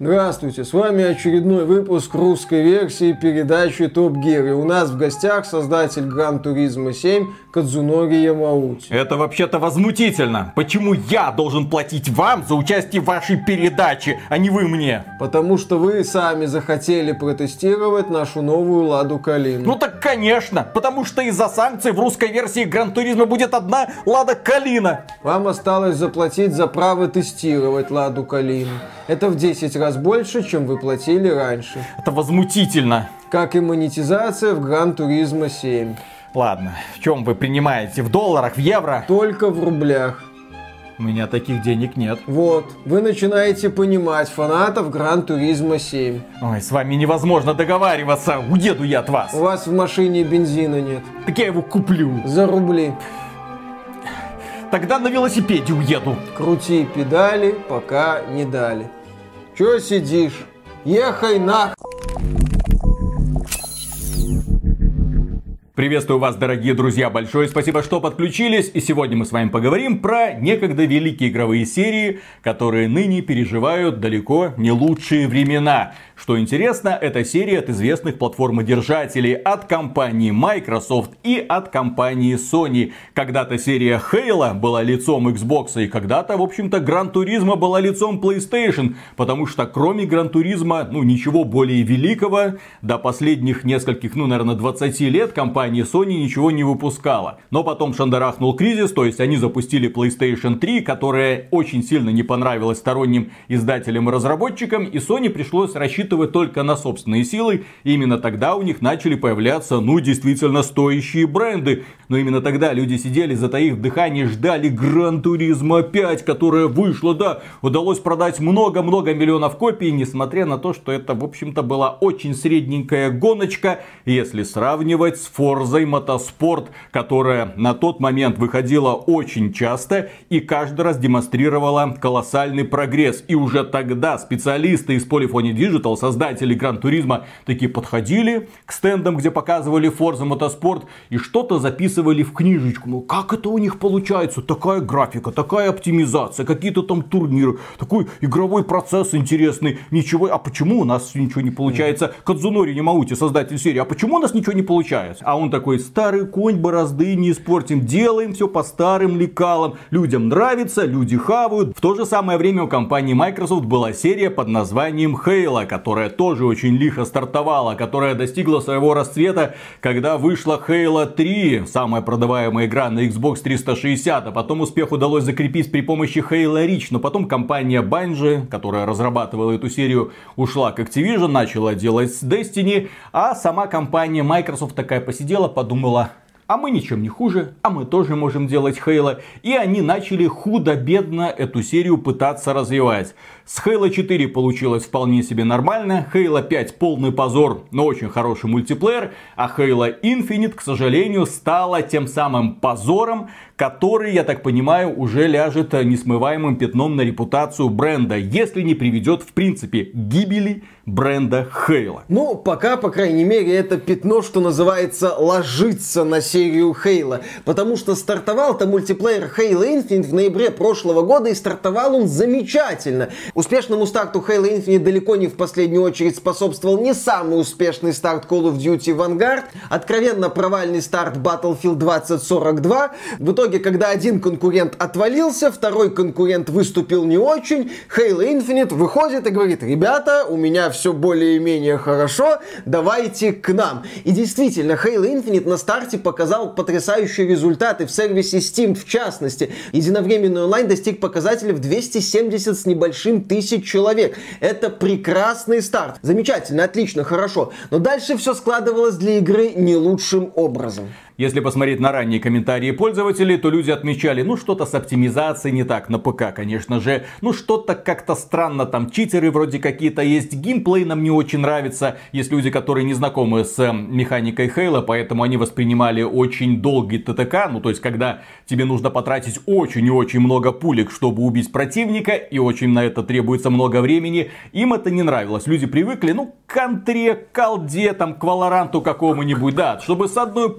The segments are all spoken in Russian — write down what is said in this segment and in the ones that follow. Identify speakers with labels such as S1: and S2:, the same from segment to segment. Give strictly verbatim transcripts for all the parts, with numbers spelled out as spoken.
S1: Здравствуйте, с вами очередной выпуск русской версии передачи Топ Гир. И у нас в гостях создатель Гран Туризмо семь Кадзунори Ямаути.
S2: Это вообще-то возмутительно. Почему я должен платить вам за участие в вашей передаче, а не вы мне?
S1: Потому что вы сами захотели протестировать нашу новую Ладу Калину.
S2: Ну так конечно, потому что из-за санкций в русской версии Гран Туризмо будет одна Лада Калина.
S1: Вам осталось заплатить за право тестировать Ладу Калину. Это в десять раз больше, чем вы платили раньше.
S2: Это возмутительно.
S1: Как и монетизация в Гран Туризмо семь.
S2: Ладно, в чем вы принимаете? В долларах, в евро?
S1: Только в рублях.
S2: У меня таких денег нет.
S1: Вот, вы начинаете понимать фанатов Гран Туризмо семь.
S2: Ой, с вами невозможно договариваться. Уеду я от вас.
S1: У вас в машине бензина нет.
S2: Так я его куплю.
S1: За рубли.
S2: Тогда на велосипеде уеду.
S1: Крути педали, пока не дали. Чё сидишь? Ехай нах...
S2: Приветствую вас, дорогие друзья, большое спасибо, что подключились. И сегодня мы с вами поговорим про некогда великие игровые серии, которые ныне переживают далеко не лучшие времена. Что интересно, эта серия от известных платформодержателей, от компании Microsoft и от компании Sony. Когда-то серия Halo была лицом Xbox, и когда-то, в общем-то, Gran Turismo была лицом PlayStation. Потому что кроме Gran Turismo, ну, ничего более великого до последних нескольких, ну, наверное, двадцати лет компания Sony ничего не выпускала. Но потом шандарахнул кризис, то есть они запустили PlayStation три, которая очень сильно не понравилась сторонним издателям и разработчикам, и Sony пришлось рассчитывать только на собственные силы. И именно тогда у них начали появляться, ну, действительно стоящие бренды. Но именно тогда люди сидели, затаив дыхание, ждали Gran Turismo пять, которая вышла, да, удалось продать много-много миллионов копий, несмотря на то, что это, в общем-то, была очень средненькая гоночка, если сравнивать с Forza Motorsport, которая на тот момент выходила очень часто и каждый раз демонстрировала колоссальный прогресс. И уже тогда специалисты из Polyphony Digital, создатели Gran Turismo, такие подходили к стендам, где показывали Forza Motorsport, и что-то записывали в книжечку. Ну, как это у них получается? Такая графика, такая оптимизация, какие-то там турниры, такой игровой процесс интересный. Ничего, а почему у нас ничего не получается? Кадзунори Ямаути, создатель серии, а почему у нас ничего не получается? А он такой: старый конь, борозды не испортим, делаем все по старым лекалам. Людям нравится, люди хавают. В то же самое время у компании Microsoft была серия под названием Halo, которая тоже очень лихо стартовала, которая достигла своего расцвета, когда вышла Halo три, самая продаваемая игра на Xbox триста шестьдесят, а потом успех удалось закрепить при помощи Halo Reach, но потом компания Bungie, которая разрабатывала эту серию, ушла к Activision, начала делать Destiny, а сама компания Microsoft такая посидела, подумала: а мы ничем не хуже, а мы тоже можем делать Halo. И они начали худо-бедно эту серию пытаться развивать. С Halo четыре получилось вполне себе нормально. Halo пять полный позор, но очень хороший мультиплеер. А Halo Infinite, к сожалению, стала тем самым позором, который, я так понимаю, уже ляжет несмываемым пятном на репутацию бренда, если не приведет, в принципе, к гибели бренда Halo.
S1: Ну, пока, по крайней мере, это пятно, что называется, ложится на серию Halo. Потому что стартовал-то мультиплеер Halo Infinite в ноябре прошлого года, и стартовал он замечательно. Успешному старту Halo Infinite далеко не в последнюю очередь способствовал не самый успешный старт Call of Duty Vanguard, откровенно провальный старт Battlefield двадцать сорок два. В итоге, когда один конкурент отвалился, второй конкурент выступил не очень, Halo Infinite выходит и говорит: ребята, у меня все более-менее хорошо, давайте к нам. И действительно, Halo Infinite на старте показал потрясающие результаты в сервисе Steam, в частности. Единовременный онлайн достиг показателя в двести семьдесят с небольшим тысяч человек. Это прекрасный старт. Замечательно, отлично, хорошо. Но дальше все складывалось для игры не лучшим образом.
S2: Если посмотреть на ранние комментарии пользователей, то люди отмечали: ну, что-то с оптимизацией не так, на ПК, конечно же, ну, что-то как-то странно, там читеры вроде какие-то есть, геймплей нам не очень нравится. Есть люди, которые не знакомы с механикой Halo, поэтому они воспринимали очень долгий ТТК, ну, то есть, когда тебе нужно потратить очень и очень много пулек, чтобы убить противника, и очень на это требуется много времени, им это не нравилось. Люди привыкли, ну, к контре, к колде, там, к Валоранту какому-нибудь, да, чтобы с одной пули там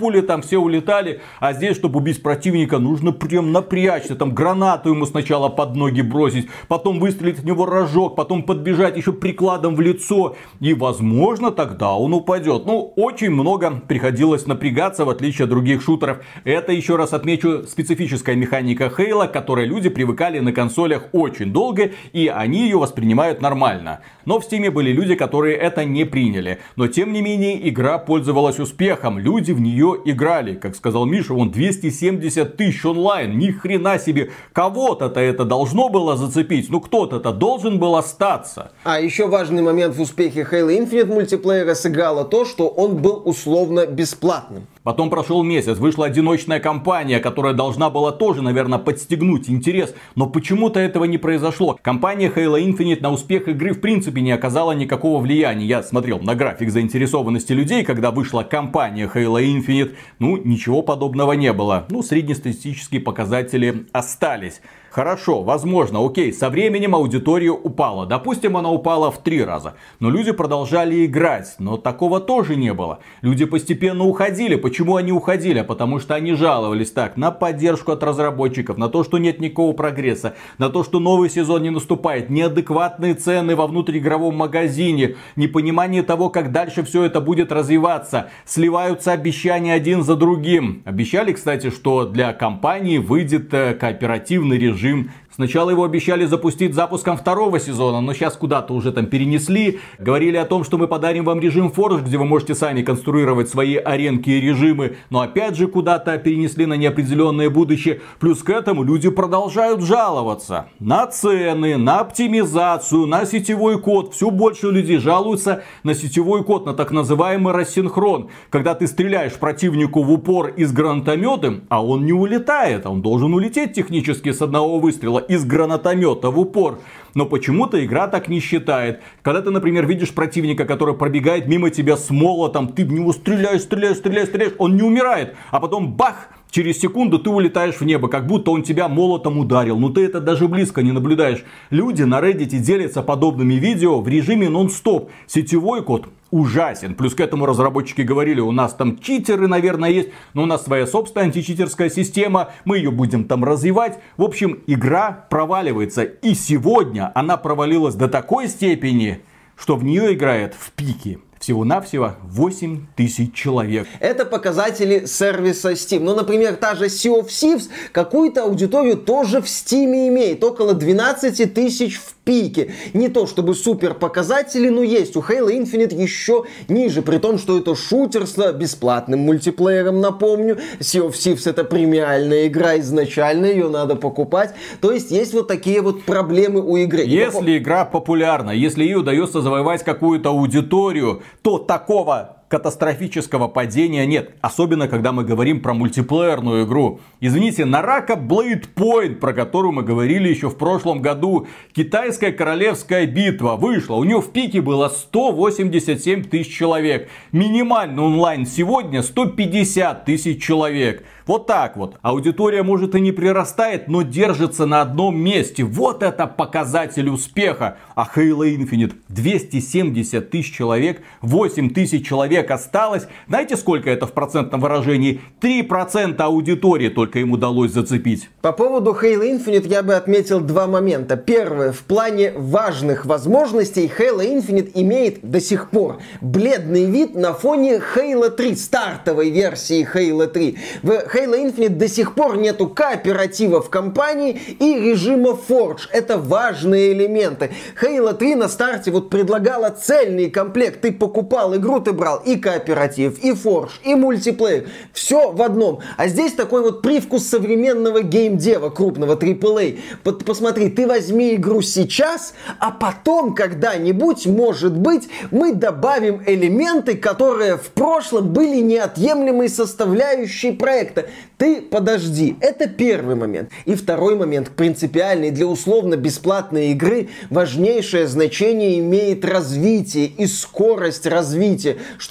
S2: все улетали. А здесь, чтобы убить противника, нужно прям напрячься. Там гранату ему сначала под ноги бросить, потом выстрелить в него рожок, потом подбежать еще прикладом в лицо. И, возможно, тогда он упадет. Ну, очень много приходилось напрягаться, в отличие от других шутеров. Это, еще раз отмечу, специфическая механика Хейла, к которой люди привыкали на консолях очень долго, и они ее воспринимают нормально. Но в Стиме были люди, которые это не приняли. Но, тем не менее, игра пользовалась успехом. Люди в нее играли. Как сказал Миша, вон двести семьдесят тысяч онлайн. Ни хрена себе. Кого-то-то это должно было зацепить. Ну, кто-то-то должен был остаться.
S1: А еще важный момент в успехе Halo Infinite мультиплеера сыграло то, что он был условно бесплатным.
S2: Потом прошел месяц, вышла одиночная кампания, которая должна была тоже, наверное, подстегнуть интерес. Но почему-то этого не произошло. Кампания Halo Infinite на успех игры в принципе не оказала никакого влияния. Я смотрел на график заинтересованности людей, когда вышла кампания Halo Infinite. Ну, ничего подобного не было. Ну, среднестатистические показатели остались. Хорошо, возможно, окей, со временем аудитория упала. Допустим, она упала в три раза. Но люди продолжали играть. Но такого тоже не было. Люди постепенно уходили. Почему они уходили? Потому что они жаловались так на поддержку от разработчиков, на то, что нет никакого прогресса, на то, что новый сезон не наступает, неадекватные цены во внутриигровом магазине, непонимание того, как дальше все это будет развиваться. Сливаются обещания один за другим. Обещали, кстати, что для компании выйдет кооперативный режим. Сначала его обещали запустить запуском второго сезона, но сейчас куда-то уже там перенесли. Говорили о том, что мы подарим вам режим Forge, где вы можете сами конструировать свои аренки и режимы. Но опять же куда-то перенесли на неопределенное будущее. Плюс к этому люди продолжают жаловаться на цены, на оптимизацию, на сетевой код. Все больше людей жалуются на сетевой код, на так называемый рассинхрон. Когда ты стреляешь противнику в упор из гранатомета, а он не улетает. Он должен улететь технически с одного выстрела из гранатомета в упор. Но почему-то игра так не считает. Когда ты, например, видишь противника, который пробегает мимо тебя с молотом, ты в него стреляешь, стреляешь, стреляешь, стреляешь, он не умирает. А потом бах! Через секунду ты улетаешь в небо, как будто он тебя молотом ударил. Но ты это даже близко не наблюдаешь. Люди на Reddit делятся подобными видео в режиме нон-стоп. Сетевой код ужасен. Плюс к этому разработчики говорили, у нас там читеры, наверное, есть. Но у нас своя собственная античитерская система. Мы ее будем там развивать. В общем, игра проваливается. И сегодня она провалилась до такой степени, что в нее играет в пике всего-навсего восемь тысяч человек.
S1: Это показатели сервиса Steam. Ну, например, та же Sea of Thieves какую-то аудиторию тоже в Steam имеет. Около двенадцать тысяч в пике. Не то чтобы супер показатели, но есть. У Halo Infinite еще ниже. При том, что это шутер с бесплатным мультиплеером, напомню. Sea of Thieves это премиальная игра изначально. Ее надо покупать. То есть есть вот такие вот проблемы у игры.
S2: Если игра популярна, если ей удается завоевать какую-то аудиторию, то такого катастрофического падения нет. Особенно, когда мы говорим про мультиплеерную игру. Извините, Naraka Blade Point, про которую мы говорили еще в прошлом году. Китайская королевская битва вышла. У нее в пике было сто восемьдесят семь тысяч человек. Минимальный онлайн сегодня сто пятьдесят тысяч человек. Вот так вот. Аудитория может и не прирастает, но держится на одном месте. Вот это показатель успеха. А Halo Infinite двести семьдесят тысяч человек, восемь тысяч человек осталось. Знаете, сколько это в процентном выражении? три процента аудитории только им удалось зацепить.
S1: По поводу Halo Infinite я бы отметил два момента. Первое. В плане важных возможностей Halo Infinite имеет до сих пор бледный вид на фоне Halo три, стартовой версии Halo три. В Halo Infinite до сих пор нету кооператива в компании и режима Forge. Это важные элементы. Halo три на старте вот предлагала цельный комплект. Ты покупал игру, ты брал и кооператив, и Forge, и мультиплеер. Все в одном. А здесь такой вот привкус современного геймдева, крупного трипл эй. Посмотри, ты возьми игру сейчас, а потом когда-нибудь, может быть, мы добавим элементы, которые в прошлом были неотъемлемой составляющей проекта. Ты подожди. Это первый момент. И второй момент, принципиальный. Для условно-бесплатной игры важнейшее значение имеет развитие и скорость развития. Что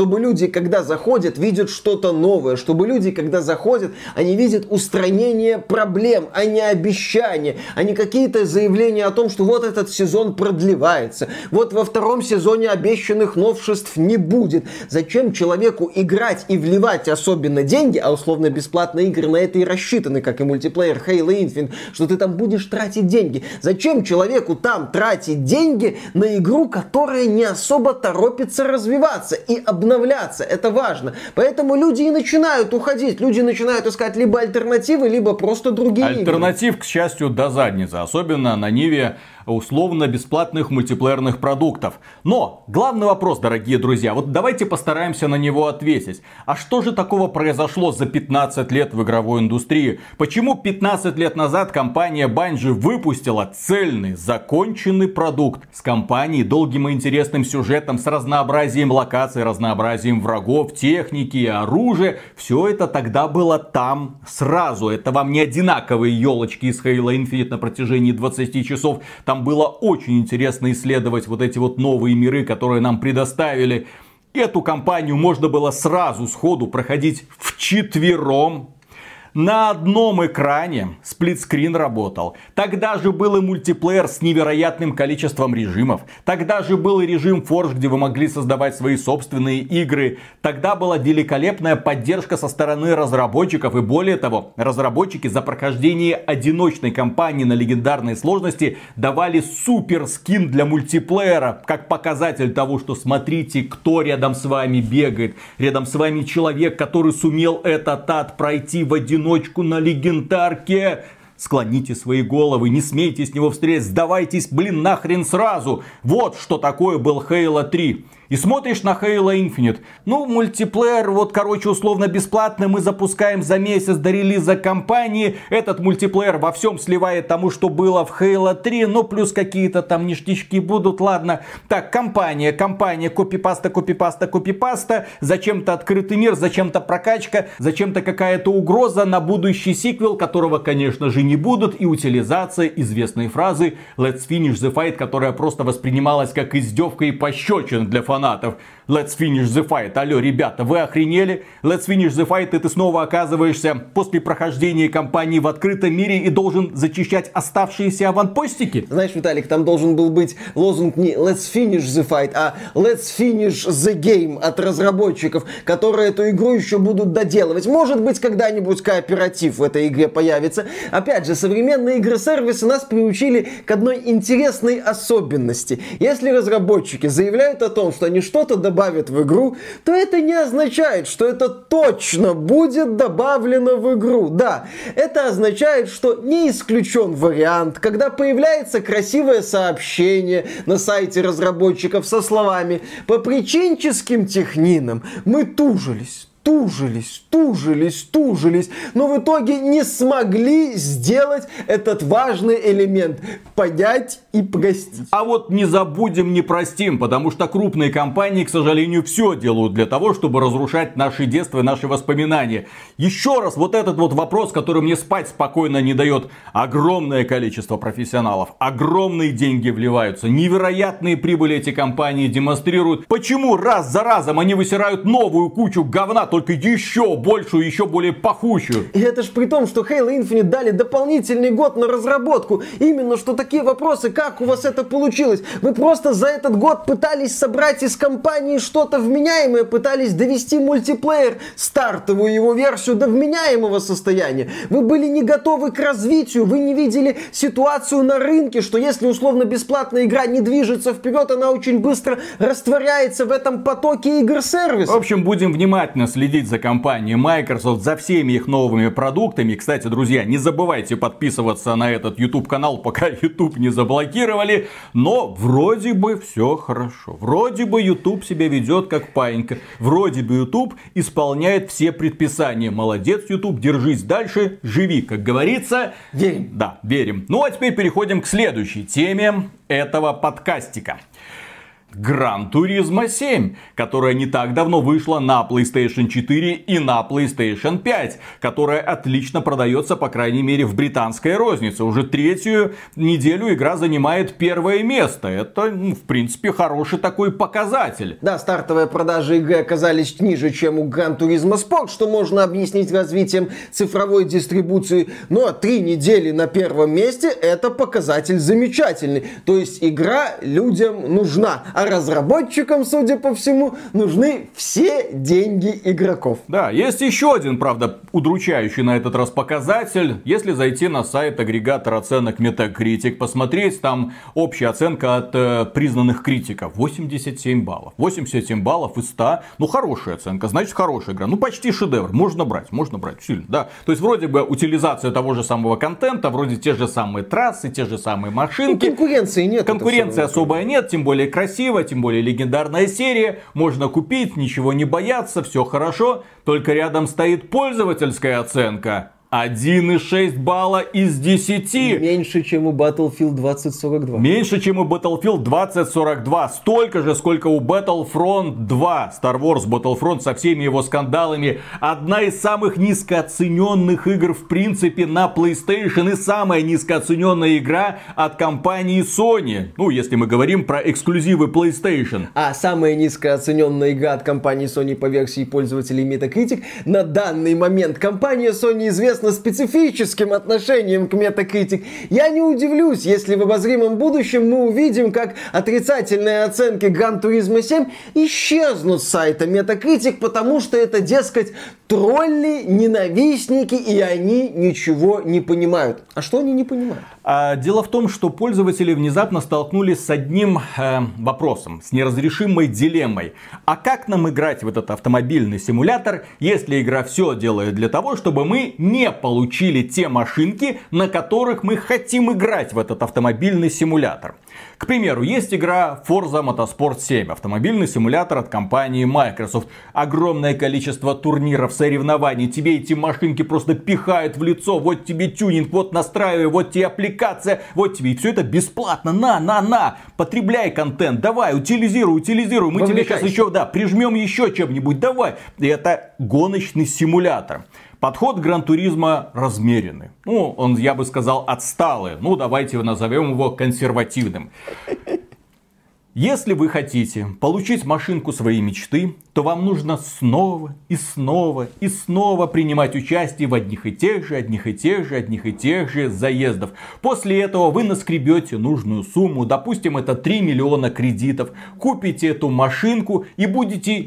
S1: чтобы люди, когда заходят, видят что-то новое, чтобы люди, когда заходят, они видят устранение проблем, а не обещания, а не какие-то заявления о том, что вот этот сезон продлевается, вот во втором сезоне обещанных новшеств не будет. Зачем человеку играть и вливать особенно деньги, а условно бесплатные игры на это и рассчитаны, как и мультиплеер Halo Infinite, что ты там будешь тратить деньги. Зачем человеку там тратить деньги на игру, которая не особо торопится развиваться и обновляться? Это важно. Поэтому люди и начинают уходить. Люди начинают искать либо альтернативы, либо просто другие игры.
S2: Альтернатив, к счастью, до задницы. Особенно на ниве условно-бесплатных мультиплеерных продуктов. Но главный вопрос, дорогие друзья, вот давайте постараемся на него ответить. А что же такого произошло за пятнадцать лет в игровой индустрии? Почему пятнадцать лет назад компания Bungie выпустила цельный, законченный продукт с компанией, долгим и интересным сюжетом, с разнообразием локаций, разнообразием врагов, техники и оружия? Все это тогда было там сразу. Это вам не одинаковые елочки из Halo Infinite на протяжении двадцати часов. Там было очень интересно исследовать вот эти вот новые миры, которые нам предоставили. Эту кампанию можно было сразу сходу проходить вчетвером. На одном экране сплитскрин работал. Тогда же был и мультиплеер с невероятным количеством режимов. Тогда же был и режим Forge, где вы могли создавать свои собственные игры. Тогда была великолепная поддержка со стороны разработчиков. И более того, разработчики за прохождение одиночной кампании на легендарной сложности давали супер скин для мультиплеера. Как показатель того, что смотрите, кто рядом с вами бегает. Рядом с вами человек, который сумел этот ад пройти в одиночку. Ночку на легендарке. Склоните свои головы, не смейте с него встретить, сдавайтесь, блин, нахрен сразу. Вот что такое был Halo три. И смотришь на Halo Infinite. Ну, мультиплеер, вот, короче, условно бесплатно мы запускаем за месяц до релиза кампании. Этот мультиплеер во всем сливает тому, что было в Halo три. Ну, плюс какие-то там ништячки будут. Ладно. Так, кампания, кампания, копипаста, копипаста, копипаста. Зачем-то открытый мир, зачем-то прокачка, зачем-то какая-то угроза на будущий сиквел, которого, конечно же, не будут. И утилизация известной фразы «Let's finish the fight», которая просто воспринималась как издевка и пощечина для фанатов. фанатов. Let's finish the fight. Алло, ребята, вы охренели? Let's finish the fight, и ты снова оказываешься после прохождения кампании в открытом мире и должен зачищать оставшиеся аванпостики?
S1: Знаешь, Виталик, там должен был быть лозунг не Let's finish the fight, а Let's finish the game от разработчиков, которые эту игру еще будут доделывать. Может быть, когда-нибудь кооператив в этой игре появится. Опять же, современные игры-сервисы нас приучили к одной интересной особенности. Если разработчики заявляют о том, что они что-то добавят в игру, то это не означает, что это точно будет добавлено в игру. Да, это означает, что не исключен вариант, когда появляется красивое сообщение на сайте разработчиков со словами «По причинческим технинам мы тужились». Тужились, тужились, тужились, но в итоге не смогли сделать этот важный элемент – понять и простить.
S2: А вот не забудем, не простим, потому что крупные компании, к сожалению, все делают для того, чтобы разрушать наше детство и наши воспоминания. Еще раз, вот этот вот вопрос, который мне спать спокойно не дает. Огромное количество профессионалов, огромные деньги вливаются, невероятные прибыли эти компании демонстрируют. Почему раз за разом они высирают новую кучу говна, только еще большую, еще более пахучую?
S1: И это ж при том, что Halo Infinite дали дополнительный год на разработку. Именно что такие вопросы, как у вас это получилось? Вы просто за этот год пытались собрать из компании что-то вменяемое, пытались довести мультиплеер, стартовую его версию до вменяемого состояния. Вы были не готовы к развитию, вы не видели ситуацию на рынке, что если условно бесплатная игра не движется вперед, она очень быстро растворяется в этом потоке игр-сервисов.
S2: В общем, будем внимательно следить за компанией Microsoft, за всеми их новыми продуктами. Кстати, друзья, не забывайте подписываться на этот YouTube канал, пока YouTube не заблокировали. Но вроде бы все хорошо. Вроде бы YouTube себя ведет как паинька. Вроде бы YouTube исполняет все предписания. Молодец, YouTube, держись дальше, живи, как говорится.
S1: Верим.
S2: Да, верим. Ну а теперь переходим к следующей теме этого подкастика. Gran Turismo семь, которая не так давно вышла на PlayStation четыре и на PlayStation пять, которая отлично продается, по крайней мере, в британской рознице. Уже третью неделю игра занимает первое место. Это, ну, в принципе, хороший такой показатель.
S1: Да, стартовые продажи игры оказались ниже, чем у Gran Turismo Sport, что можно объяснить развитием цифровой дистрибуции. Но три недели на первом месте — это показатель замечательный. То есть игра людям нужна, а разработчикам, судя по всему, нужны все деньги игроков.
S2: Да, есть еще один, правда, удручающий на этот раз показатель. Если зайти на сайт агрегатора оценок Metacritic, посмотреть, там общая оценка от э, признанных критиков восемьдесят семь баллов. восемьдесят семь баллов из ста. Ну, хорошая оценка, значит, хорошая игра. Ну, почти шедевр. Можно брать, можно брать, сильно, да. То есть, вроде бы, утилизация того же самого контента, вроде те же самые трассы, те же самые машинки.
S1: Ну, конкуренции нет.
S2: Конкуренции особой нет, тем более красиво, тем более легендарная серия. Можно купить, ничего не бояться, все хорошо. Только рядом стоит пользовательская оценка. один и шесть балла из десяти.
S1: Меньше, чем у Battlefield двадцать сорок два.
S2: Меньше, чем у Battlefield двадцать сорок два. Столько же, сколько у Battlefront два. Star Wars Battlefront со всеми его скандалами. Одна из самых низкооцененных игр в принципе на PlayStation. И самая низкооцененная игра от компании Sony. Ну, если мы говорим про эксклюзивы PlayStation.
S1: А самая низкооцененная игра от компании Sony по версии пользователей Metacritic. На данный момент компания Sony известна специфическим отношением к Metacritic. Я не удивлюсь, если в обозримом будущем мы увидим, как отрицательные оценки Gran Turismo семь исчезнут с сайта Metacritic, потому что это, дескать, тролли, ненавистники, и они ничего не понимают. А что они не понимают?
S2: А, дело в том, что пользователи внезапно столкнулись с одним э, вопросом, с неразрешимой дилеммой. А как нам играть в этот автомобильный симулятор, если игра все делает для того, чтобы мы не получили те машинки, на которых мы хотим играть в этот автомобильный симулятор? К примеру, есть игра Forza Motorsport семь, автомобильный симулятор от компании Microsoft. Огромное количество турниров, соревнований, тебе эти машинки просто пихают в лицо. Вот тебе тюнинг, вот настраивай, вот тебе аппликация, вот тебе. И все это бесплатно, на, на, на. Потребляй контент, давай, утилизируй, утилизируй. Мы тебе сейчас еще, да, прижмем еще чем-нибудь, давай. И это гоночный симулятор. Подход к Gran Turismo размеренный. Ну, он, я бы сказал, отсталый. Ну, давайте назовем его консервативным. Если вы хотите получить машинку своей мечты, то вам нужно снова и снова и снова принимать участие в одних и тех же, одних и тех же, одних и тех же заездов. После этого вы наскребете нужную сумму, допустим, это три миллиона кредитов, купите эту машинку и будете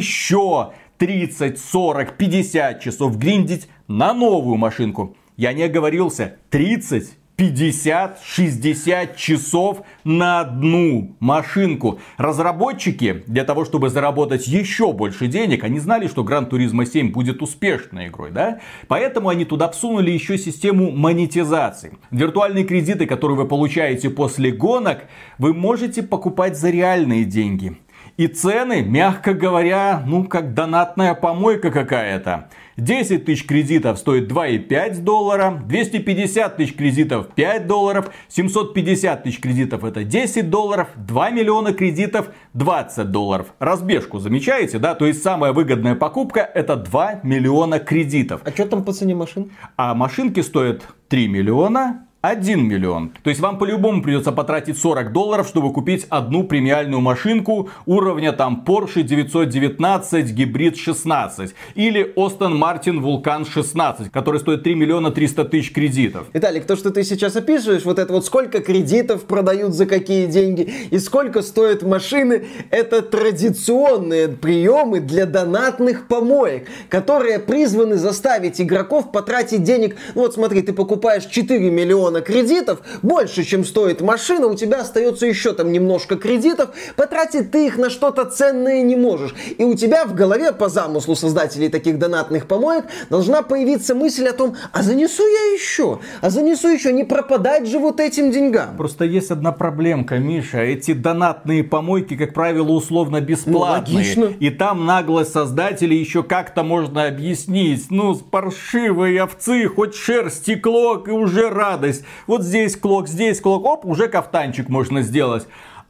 S2: еще тридцать, сорок, пятьдесят часов гриндить на новую машинку. Я не оговорился, тридцать, пятьдесят, шестьдесят часов на одну машинку. Разработчики, для того, чтобы заработать еще больше денег, они знали, что Gran Turismo семь будет успешной игрой, да? Поэтому они туда всунули еще систему монетизации. Виртуальные кредиты, которые вы получаете после гонок, вы можете покупать за реальные деньги. И цены, мягко говоря, ну как донатная помойка какая-то. десять тысяч кредитов стоит два и пять доллара, двести пятьдесят тысяч кредитов пять долларов, семьсот пятьдесят тысяч кредитов это десять долларов, два миллиона кредитов двадцать долларов. Разбежку замечаете, да? То есть самая выгодная покупка это два миллиона кредитов.
S1: А что там по цене машин?
S2: А машинки стоят три миллиона. один миллион. То есть вам по-любому придется потратить сорок долларов, чтобы купить одну премиальную машинку уровня там Porsche девятьсот девятнадцать Hybrid шестнадцать или Aston Martin Vulcan шестнадцать, который стоит три миллиона триста тысяч кредитов.
S1: Виталик, то, что ты сейчас описываешь, вот это вот сколько кредитов продают за какие деньги и сколько стоят машины, это традиционные приемы для донатных помоек, которые призваны заставить игроков потратить денег. Ну вот смотри, ты покупаешь четыре миллиона кредитов, больше, чем стоит машина, у тебя остается еще там немножко кредитов, потратить ты их на что-то ценное не можешь. И у тебя в голове, по замыслу создателей таких донатных помоек, должна появиться мысль о том, а занесу я еще, а занесу еще, не пропадать же вот этим деньгам.
S2: Просто есть одна проблемка, Миша, эти донатные помойки, как правило, условно бесплатные. Ну, логично. И там наглость создателей еще как-то можно объяснить. Ну, паршивые овцы, хоть шерсть и клок, и уже радость. Вот здесь клок, здесь клок, оп, уже кафтанчик можно сделать.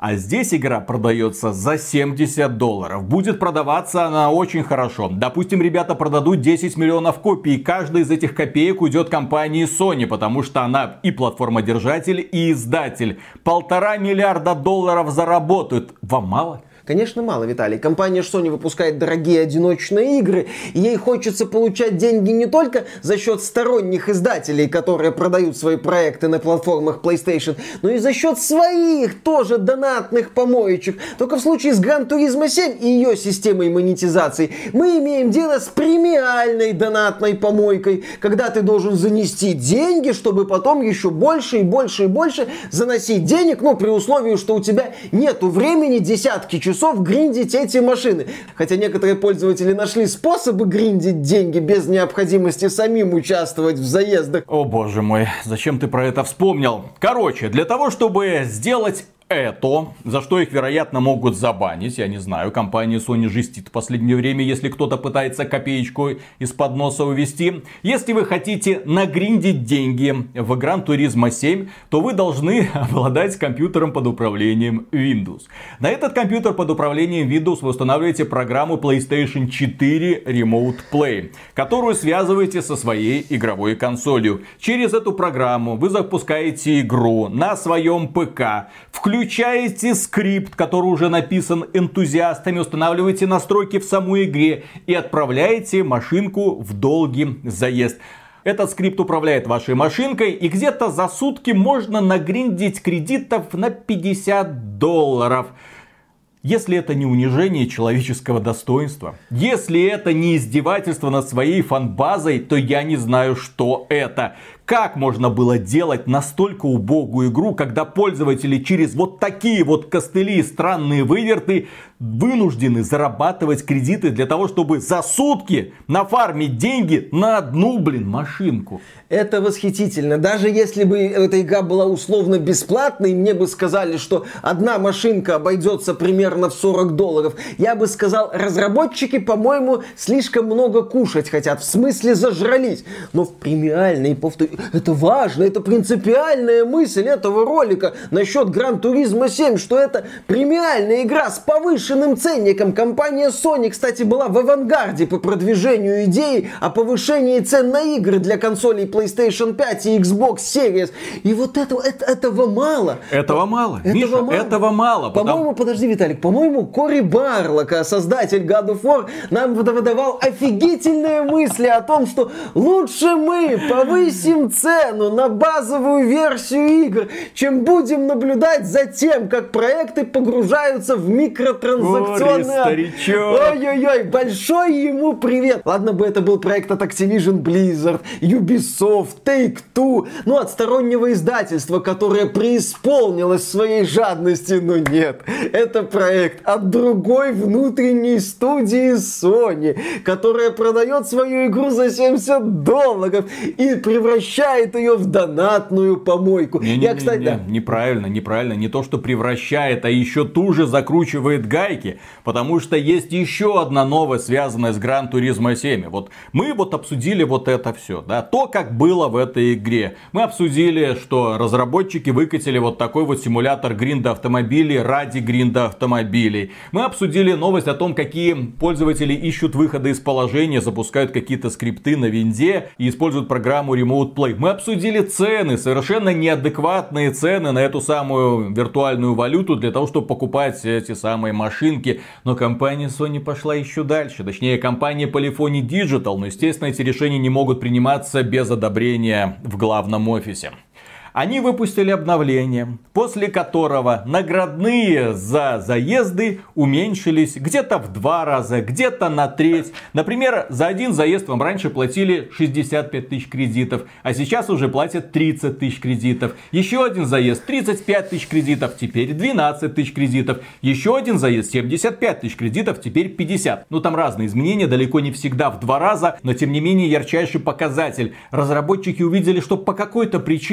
S2: А здесь игра продается за семьдесят долларов. Будет продаваться она очень хорошо. Допустим, ребята продадут десять миллионов копий. Каждая из этих копеек уйдет компании Sony, потому что она и платформодержатель, и издатель. Полтора миллиарда долларов заработают. Вам мало?
S1: Конечно, мало, Виталий. Компания Sony выпускает дорогие одиночные игры, и ей хочется получать деньги не только за счет сторонних издателей, которые продают свои проекты на платформах PlayStation, но и за счет своих тоже донатных помоечек. Только в случае с Gran Turismo семь и ее системой монетизации мы имеем дело с премиальной донатной помойкой, когда ты должен занести деньги, чтобы потом еще больше и больше и больше заносить денег, ну, при условии, что у тебя нету времени десятки часов часов гриндить эти машины. Хотя некоторые пользователи нашли способы гриндить деньги без необходимости самим участвовать в заездах.
S2: О боже мой, зачем ты про это вспомнил? Короче, для того, чтобы сделать это, за что их, вероятно, могут забанить. Я не знаю, компания Sony жестит в последнее время, если кто-то пытается копеечку из-под носа увести. Если вы хотите нагриндить деньги в Gran Turismo семь, то вы должны обладать компьютером под управлением Windows. На этот компьютер под управлением Windows вы устанавливаете программу PlayStation четыре Remote Play, которую связываете со своей игровой консолью. Через эту программу вы запускаете игру на своем ПК, включаете Включаете скрипт, который уже написан энтузиастами, устанавливаете настройки в самой игре и отправляете машинку в долгий заезд. Этот скрипт управляет вашей машинкой, и где-то за сутки можно нагриндить кредитов на пятьдесят долларов. Если это не унижение человеческого достоинства, если это не издевательство над своей фан-базой, то я не знаю, что это. Как можно было делать настолько убогую игру, когда пользователи через вот такие вот костыли и странные выверты вынуждены зарабатывать кредиты для того, чтобы за сутки нафармить деньги на одну, блин, машинку?
S1: Это восхитительно. Даже если бы эта игра была условно бесплатной, мне бы сказали, что одна машинка обойдется примерно в сорок долларов. Я бы сказал, разработчики, по-моему, слишком много кушать хотят. В смысле зажрались. Но в премиальной, повторю, это важно, это принципиальная мысль этого ролика насчет Gran Turismo семь, что это премиальная игра с повышенным ценником. Компания Sony, кстати, была в авангарде по продвижению идеи о повышении цен на игры для консолей PlayStation пять и Xbox Series. И вот это, это, этого мало.
S2: Этого мало.
S1: Этого
S2: Миша,
S1: мало.
S2: этого мало.
S1: По-моему,
S2: потому...
S1: подожди, Виталик, по-моему, Кори Барлока, создатель God of War, нам выдавал офигительные мысли о том, что лучше мы повысим цену на базовую версию игр, чем будем наблюдать за тем, как проекты погружаются в микротранзакционные...
S2: старичок.
S1: Ой-ой-ой, большой ему привет. Ладно бы это был проект от Activision Blizzard, Ubisoft, Take-Two, ну от стороннего издательства, которое преисполнилось своей жадности, но нет. Это проект от другой внутренней студии Sony, которая продает свою игру за семьдесят долларов и превращает ее в донатную помойку.
S2: Не, не,
S1: Я, кстати,
S2: не, не,
S1: да.
S2: Неправильно, неправильно. Не то, что превращает, а еще туже закручивает гайки. Потому что есть еще одна новость, связанная с Gran Turismo семь. Вот мы вот обсудили вот это все. Да, то, как было в этой игре. Мы обсудили, что разработчики выкатили вот такой вот симулятор гринда автомобилей ради гринда автомобилей. Мы обсудили новость о том, какие пользователи ищут выходы из положения, запускают какие-то скрипты на винде и используют программу Remote Play. Мы обсудили цены, совершенно неадекватные цены на эту самую виртуальную валюту для того, чтобы покупать эти самые машинки. Но компания Sony пошла еще дальше. Точнее, компания Polyphony Digital. Но, естественно, эти решения не могут приниматься без одобрения в главном офисе. Они выпустили обновление, после которого наградные за заезды уменьшились где-то в два раза, где-то на треть. Например, за один заезд вам раньше платили шестьдесят пять тысяч кредитов, а сейчас уже платят тридцать тысяч кредитов. Еще один заезд тридцать пять тысяч кредитов, теперь двенадцать тысяч кредитов. Еще один заезд семьдесят пять тысяч кредитов, теперь пятьдесят. Ну там разные изменения, далеко не всегда в два раза, но тем не менее ярчайший показатель. Разработчики увидели, что по какой-то причине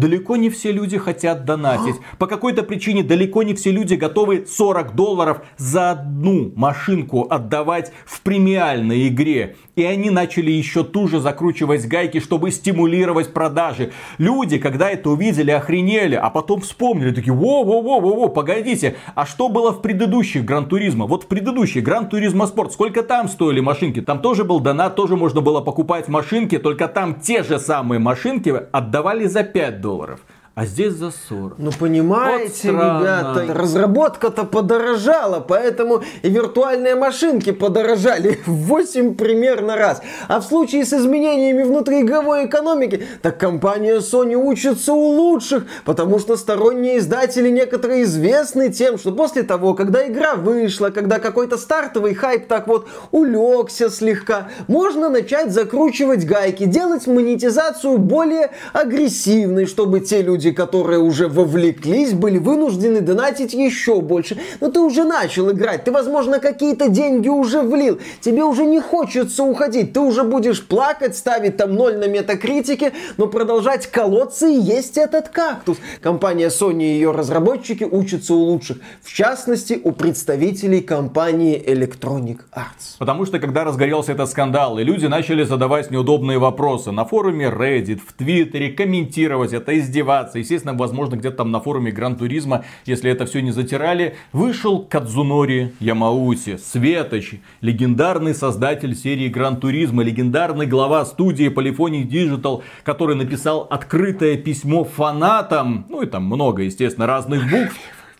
S2: далеко не все люди хотят донатить. По какой-то причине далеко не все люди готовы сорок долларов за одну машинку отдавать в премиальной игре. И они начали еще туже закручивать гайки, чтобы стимулировать продажи. Люди, когда это увидели, охренели, а потом вспомнили, такие, во-во-во-во-во, погодите, а что было в предыдущих Гран Туризмо? Вот в предыдущих Гран Туризмо Спорт, сколько там стоили машинки? Там тоже был донат, тоже можно было покупать машинки, только там те же самые машинки отдавали за пять долларов. А здесь за сорок.
S1: Ну, понимаете,
S2: вот
S1: ребята, разработка-то подорожала, поэтому и виртуальные машинки подорожали в восемь примерно раз. А в случае с изменениями внутриигровой экономики, так компания Sony учится у лучших, потому что сторонние издатели некоторые известны тем, что после того, когда игра вышла, когда какой-то стартовый хайп так вот улегся слегка, можно начать закручивать гайки, делать монетизацию более агрессивной, чтобы те люди, которые уже вовлеклись, были вынуждены донатить еще больше. Но ты уже начал играть, ты, возможно, какие-то деньги уже влил, тебе уже не хочется уходить, ты уже будешь плакать, ставить там ноль на метакритике, но продолжать колоться и есть этот кактус. Компания Sony и ее разработчики учатся у лучших, в частности, у представителей компании Electronic Arts.
S2: Потому что, когда разгорелся этот скандал, и люди начали задавать неудобные вопросы на форуме Reddit, в Твиттере, комментировать это, издеваться, естественно, возможно, где-то там на форуме Гран Туризмо, если это все не затирали, вышел Кадзунори Ямаути, Светоч, легендарный создатель серии Гран Туризмо, легендарный глава студии Polyphony Digital, который написал открытое письмо фанатам, ну и там много, естественно, разных букв,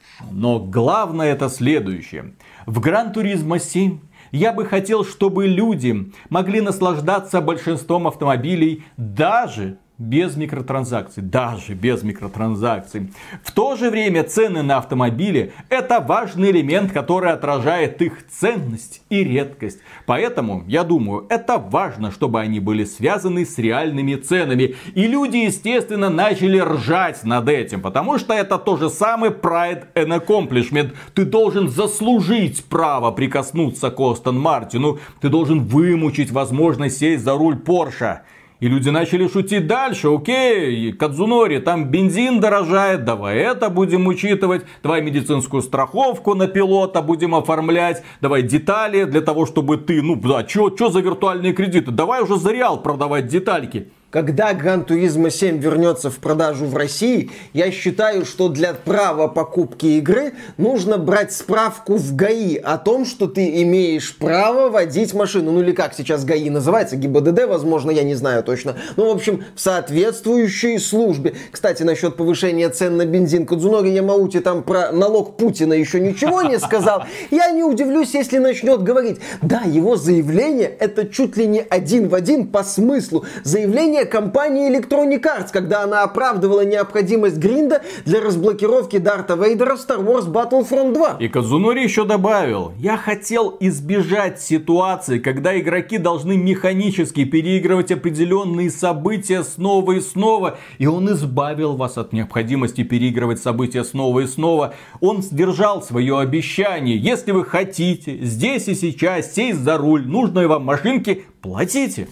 S2: но главное это следующее. В Гран Туризмо семь я бы хотел, чтобы люди могли наслаждаться большинством автомобилей даже без микротранзакций, даже без микротранзакций. В то же время цены на автомобили — это важный элемент, который отражает их ценность и редкость. Поэтому, я думаю, это важно, чтобы они были связаны с реальными ценами. И люди, естественно, начали ржать над этим, потому что это то же самое pride and accomplishment. Ты должен заслужить право прикоснуться к Астон Мартину, ты должен вымучить возможность сесть за руль Порше. И люди начали шутить дальше. Окей, Кадзунори, там бензин дорожает, давай это будем учитывать. Давай медицинскую страховку на пилота будем оформлять. Давай детали для того, чтобы ты, ну да, чё, чё за виртуальные кредиты? Давай уже за реал продавать детальки.
S1: Когда Гран Туризмо семь вернется в продажу в России, я считаю, что для права покупки игры нужно брать справку в ГАИ о том, что ты имеешь право водить машину. Ну или как сейчас ГАИ называется, ГИБДД, возможно, я не знаю точно. Ну, в общем, в соответствующей службе. Кстати, насчет повышения цен на бензин. Кадзунори Ямаути там про налог Путина еще ничего не сказал. Я не удивлюсь, если начнет говорить. Да, его заявление это чуть ли не один в один по смыслу. Заявление компании Electronic Arts, когда она оправдывала необходимость гринда для разблокировки Дарта Вейдера в Star Wars Battlefront два.
S2: И Кадзунори еще добавил: я хотел избежать ситуации, когда игроки должны механически переигрывать определенные события снова и снова. И он избавил вас от необходимости переигрывать события снова и снова. Он сдержал свое обещание. Если вы хотите здесь и сейчас сесть за руль нужной вам машинки, платите.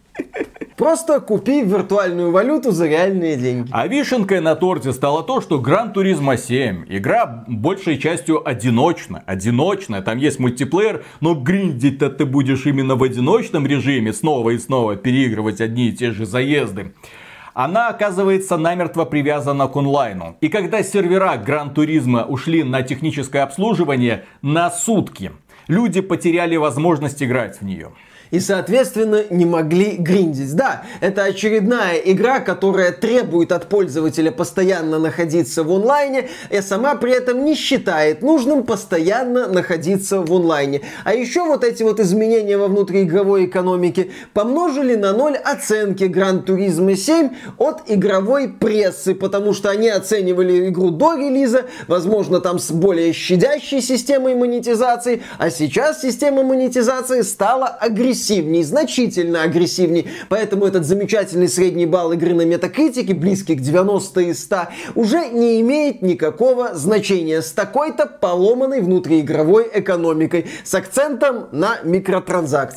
S1: Просто купи виртуальную валюту за реальные деньги.
S2: А вишенкой на торте стало то, что Гран Туризмо семь игра большей частью одиночная. Одиночная, там есть мультиплеер, но гриндить-то ты будешь именно в одиночном режиме, снова и снова переигрывать одни и те же заезды. Она, оказывается, намертво привязана к онлайну. И когда сервера Гран Туризмо ушли на техническое обслуживание на сутки, люди потеряли возможность играть в нее.
S1: И, соответственно, не могли гриндить. Да, это очередная игра, которая требует от пользователя постоянно находиться в онлайне, и сама при этом не считает нужным постоянно находиться в онлайне. А еще вот эти вот изменения во внутриигровой экономике помножили на ноль оценки Гран Туризмо семь от игровой прессы, потому что они оценивали игру до релиза, возможно, там с более щадящей системой монетизации, а сейчас система монетизации стала агрессивной. Агрессивней, значительно агрессивней. Поэтому этот замечательный средний балл игры на метакритике, близкий к девяноста из ста, уже не имеет никакого значения с такой-то поломанной внутриигровой экономикой, с акцентом на микротранзакции.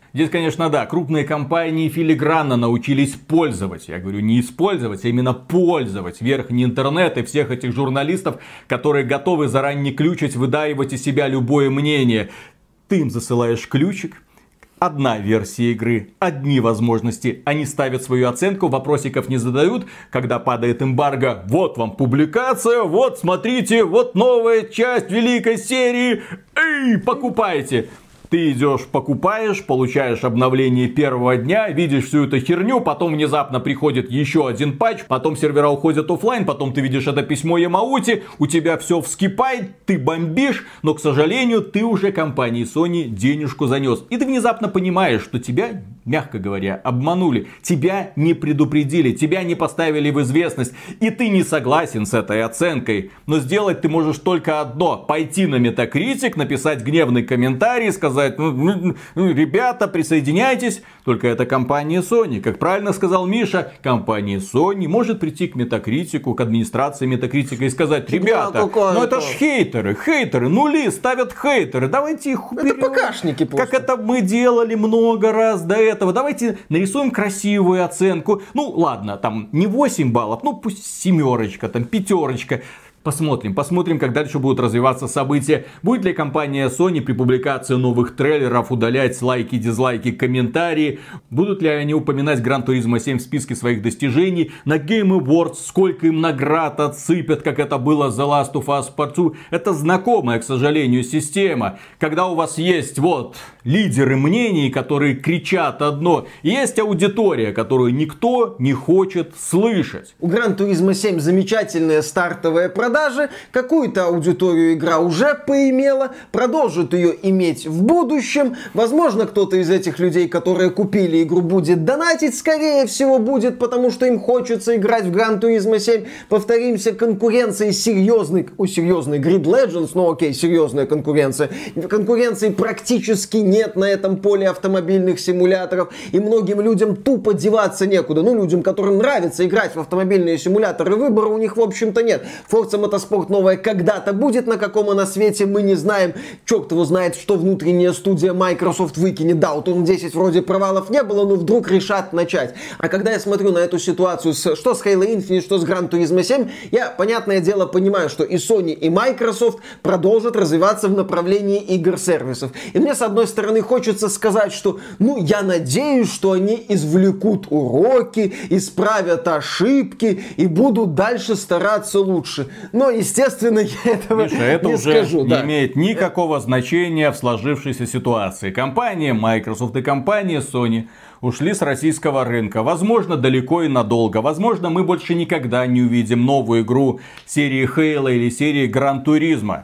S2: Здесь, конечно, да, крупные компании филигранно научились пользовать, я говорю, не использовать, а именно пользовать верхний интернет и всех этих журналистов, которые готовы заранее ключить, выдаивать из себя любое мнение. Ты им засылаешь ключик, одна версия игры, одни возможности, они ставят свою оценку, вопросиков не задают, когда падает эмбарго, вот вам публикация, вот смотрите, вот новая часть великой серии, эй, покупайте. Ты идешь, покупаешь, получаешь обновление первого дня, видишь всю эту херню, потом внезапно приходит еще один патч, потом сервера уходят оффлайн, потом ты видишь это письмо Ямаути, у тебя все вскипает, ты бомбишь, но, к сожалению, ты уже компании Sony денежку занес. И ты внезапно понимаешь, что тебя, мягко говоря, обманули, тебя не предупредили, тебя не поставили в известность, и ты не согласен с этой оценкой. Но сделать ты можешь только одно, пойти на Metacritic, написать гневный комментарий, сказать, Ну, ну, ну, ребята, присоединяйтесь. Только это компания Sony. Как правильно сказал Миша, компания Sony может прийти к Метакритику, к администрации Метакритика и сказать: ребята, ну это ж хейтеры, хейтеры, нули ставят хейтеры, давайте их уберем.
S1: Это ПКшники просто.
S2: Как это мы делали много раз до этого. Давайте нарисуем красивую оценку. Ну ладно, там не восемь баллов, ну пусть семерочка, там пятерочка. Посмотрим, посмотрим, как дальше будут развиваться события. Будет ли компания Sony при публикации новых трейлеров удалять лайки, дизлайки, комментарии? Будут ли они упоминать Gran Turismo семь в списке своих достижений? На Game Awards сколько им наград отсыпят, как это было за The Last of Us Part два? Это знакомая, к сожалению, система. Когда у вас есть вот лидеры мнений, которые кричат одно, и есть аудитория, которую никто не хочет слышать.
S1: У Gran Turismo семь замечательные стартовые продажи. Какую-то аудиторию игра уже поимела, продолжит ее иметь в будущем. Возможно, кто-то из этих людей, которые купили игру, будет донатить, скорее всего будет, потому что им хочется играть в Gran Turismo семь. Повторимся, конкуренции серьезной, у серьезной Grid Legends, ну окей, серьезная конкуренция. Конкуренции практически нет на этом поле автомобильных симуляторов, и многим людям тупо деваться некуда. Ну, людям, которым нравится играть в автомобильные симуляторы, выбора у них, в общем-то, нет. Forza Motorsport новая когда-то будет, на каком она свете, мы не знаем. Черт его знает, что внутренняя студия Microsoft выкинет. Да, у Турн десять вроде провалов не было, но вдруг решат начать. А когда я смотрю на эту ситуацию, с, что с Halo Infinite, что с Gran Turismo семь, я, понятное дело, понимаю, что и Sony, и Microsoft продолжат развиваться в направлении игр-сервисов. И мне, с одной стороны, хочется сказать, что, ну, я надеюсь, что они извлекут уроки, исправят ошибки и будут дальше стараться лучше. Но, естественно, я этого
S2: Миша, это
S1: не
S2: уже
S1: скажу.
S2: не
S1: да.
S2: имеет никакого значения в сложившейся ситуации. Компания Microsoft и компания Sony ушли с российского рынка. Возможно, далеко и надолго. Возможно, мы больше никогда не увидим новую игру серии Halo или серии Gran Turismo.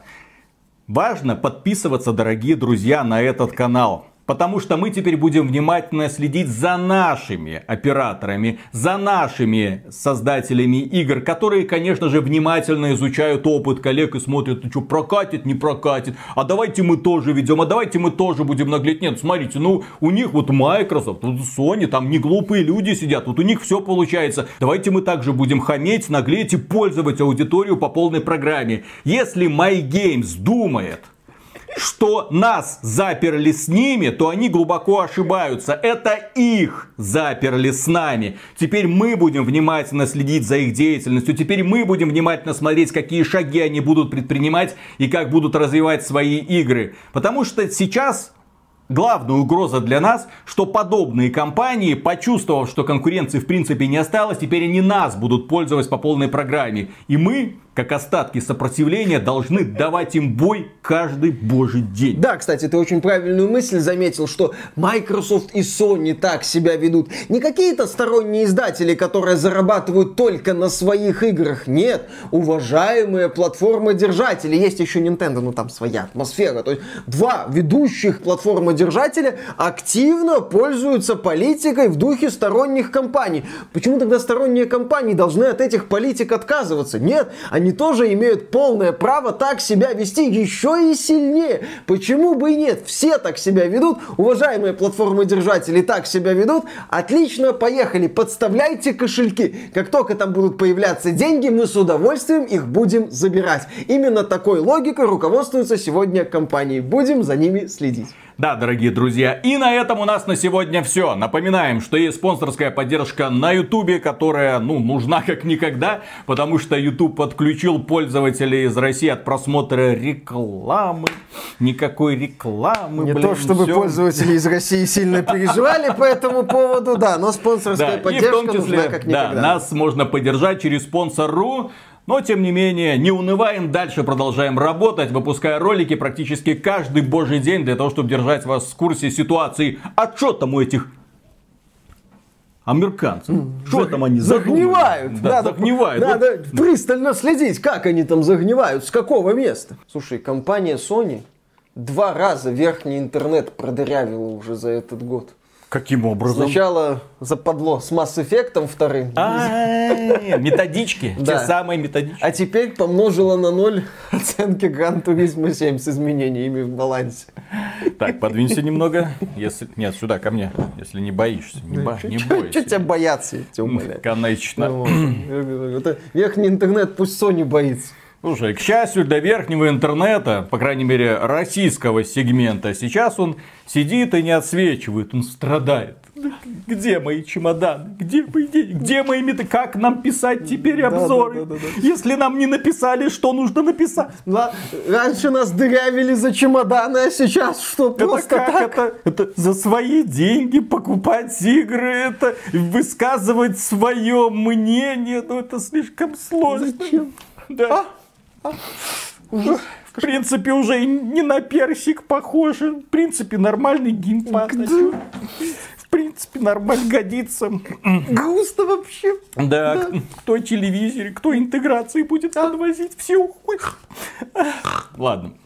S2: Важно подписываться, дорогие друзья, на этот канал. Потому что мы теперь будем внимательно следить за нашими операторами, за нашими создателями игр, которые, конечно же, внимательно изучают опыт коллег и смотрят, ну что, прокатит, не прокатит, а давайте мы тоже ведем, а давайте мы тоже будем наглеть. Нет, смотрите, ну у них вот Microsoft, вот Sony, там не глупые люди сидят, вот у них все получается. Давайте мы также будем хаметь, наглеть и пользовать аудиторию по полной программе. Если MyGames думает, что нас заперли с ними, то они глубоко ошибаются. Это их заперли с нами. Теперь мы будем внимательно следить за их деятельностью. Теперь мы будем внимательно смотреть, какие шаги они будут предпринимать и как будут развивать свои игры. Потому что сейчас главная угроза для нас, что подобные компании, почувствовав, что конкуренции в принципе не осталось, теперь они нас будут пользовать по полной программе. И мы, как остатки сопротивления, должны давать им бой каждый божий день.
S1: Да, кстати, ты очень правильную мысль заметил, что Microsoft и Sony так себя ведут. Не какие-то сторонние издатели, которые зарабатывают только на своих играх. Нет, уважаемые платформодержатели. Есть еще Nintendo, ну там своя атмосфера. То есть два ведущих платформодержателя активно пользуются политикой в духе сторонних компаний. Почему тогда сторонние компании должны от этих политик отказываться? Нет, они Они тоже имеют полное право так себя вести еще и сильнее. Почему бы и нет? Все так себя ведут. Уважаемые платформодержатели так себя ведут. Отлично, поехали. Подставляйте кошельки. Как только там будут появляться деньги, мы с удовольствием их будем забирать. Именно такой логикой руководствуются сегодня компании. Будем за ними следить.
S2: Да, дорогие друзья, и на этом у нас на сегодня все. Напоминаем, что есть спонсорская поддержка на Ютубе, которая, ну, нужна как никогда, потому что YouTube подключил пользователей из России от просмотра рекламы. Никакой рекламы,
S1: Не
S2: блин,
S1: то, чтобы
S2: всё.
S1: пользователи из России сильно переживали по этому поводу, да, но спонсорская
S2: Да, и в
S1: поддержка
S2: том числе,
S1: нужна как
S2: да,
S1: никогда.
S2: нас можно поддержать через спонсор точка ру. Но, тем не менее, не унываем, дальше продолжаем работать, выпуская ролики практически каждый божий день для того, чтобы держать вас в курсе ситуации. А что там у этих американцев? Что там они задумали?
S1: Загнивают.
S2: Да,
S1: надо,
S2: загнивают.
S1: Надо пристально следить, как они там загнивают, с какого места. Слушай, компания Sony два раза верхний интернет продырявила уже за этот год.
S2: Каким образом?
S1: Сначала западло с Mass Effect вторым,
S2: А, методички, те
S1: Да.
S2: самые методички.
S1: а теперь помножила на ноль оценки Gran Turismo семь с изменениями в балансе.
S2: Так, подвинься немного. Если... Нет, сюда, ко мне. Если не боишься. Не, бо... не
S1: Что
S2: бойся.
S1: тебя бояться, я тебя умоляю.
S2: Конечно.
S1: Ну, вот. Я говорю, это верхний интернет, пусть Sony боится.
S2: Слушай, к счастью для верхнего интернета, по крайней мере российского сегмента, сейчас он сидит и не отсвечивает, он страдает. Где мои чемоданы? Где мои деньги? Где мои меты? Как нам писать теперь
S1: Да,
S2: обзоры?
S1: да, да, да, да.
S2: Если нам не написали, что нужно написать?
S1: Ла- Раньше нас дырявили за чемоданы, а сейчас что,
S2: Это
S1: просто
S2: как
S1: так?
S2: это? Это за свои деньги покупать игры, это высказывать свое мнение, ну это слишком сложно.
S1: Зачем?
S2: Да. В принципе, уже и не на персик похоже. В принципе, нормальный геймпад. А чё? В принципе, нормально годится.
S1: Грустно вообще.
S2: Да, кто телевизоре, кто интеграции будет подвозить, все уходят. Ладно.